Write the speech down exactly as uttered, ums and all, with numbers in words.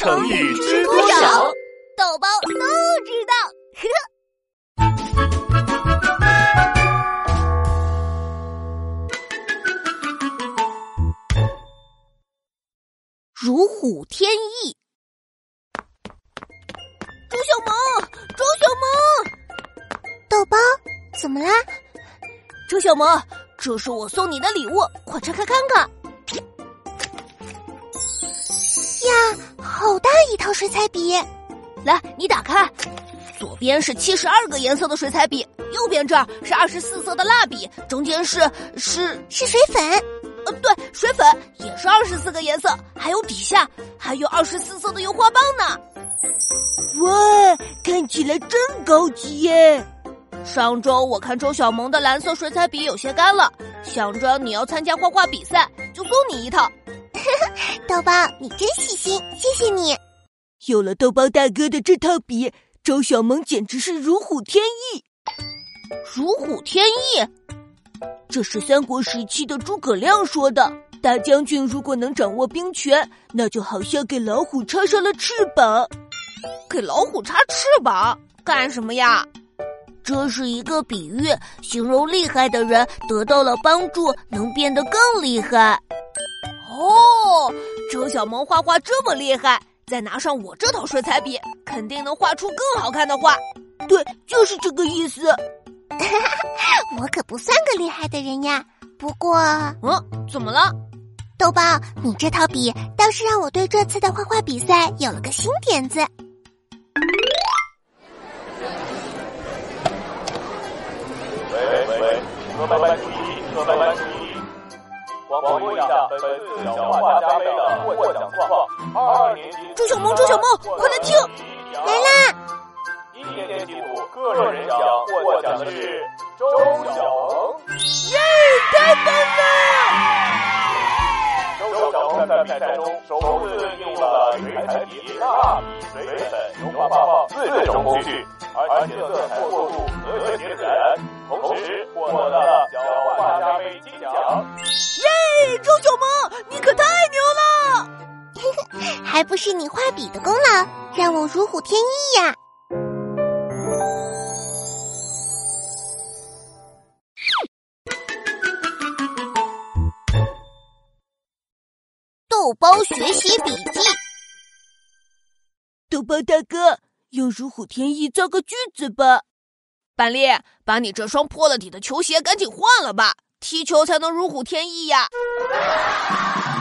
成语知多少？ 豆包都知道。如虎添翼。周小萌，周小萌， 豆包，怎么啦？ 周小萌，这是我送你的礼物，快拆开看看。 呀，好大一套水彩笔！ 来，你打开，左边是七十二个颜色的水彩笔，右边这儿是二十四色的蜡笔，中间是是是水粉。 呃，对，水粉也是二十四个颜色，还有底下还有二十四色的油画棒呢。 哇，看起来真高级耶！ 上周我看周小萌的蓝色水彩笔有些干了，想着你要参加画画比赛，就送你一套。 豆包，你真细心，谢谢你。 有了豆包大哥的这套笔，周小萌简直是如虎添翼。 如虎添翼？ 这是三国时期的诸葛亮说的。大将军如果能掌握兵权，那就好像给老虎插上了翅膀。 给老虎插翅膀干什么呀？ 这是一个比喻，形容厉害的人得到了帮助，能变得更厉害。 哦，周小萌画画这么厉害，再拿上我这套水彩笔，肯定能画出更好看的画。 对，就是这个意思。 我可不算个厉害的人呀，不过…… 嗯，怎么了？ 豆包，你这套笔倒是让我对这次的画画比赛有了个新点子。 喂喂喂，各班注意，各班注意！广播一下本次小画家杯的获奖状况。二二年级， 周小萌，周小萌，快来听！ 来啦！ 一年级组个人奖获奖的是周小萌。 耶，太棒了！ 周小萌在比赛中首次应用了水彩笔、蜡笔、水粉、油画棒四种工具，而且色彩过渡和谐自然，同时获得了小画家杯金奖。 耶，周小萌，你可太牛了！ 还不是你画笔的功劳，让我如虎添翼呀！豆包学习笔记。 豆包大哥，用如虎添翼造个句子吧。 板栗，把你这双破了底的球鞋赶紧换了吧，踢球才能如虎添翼呀。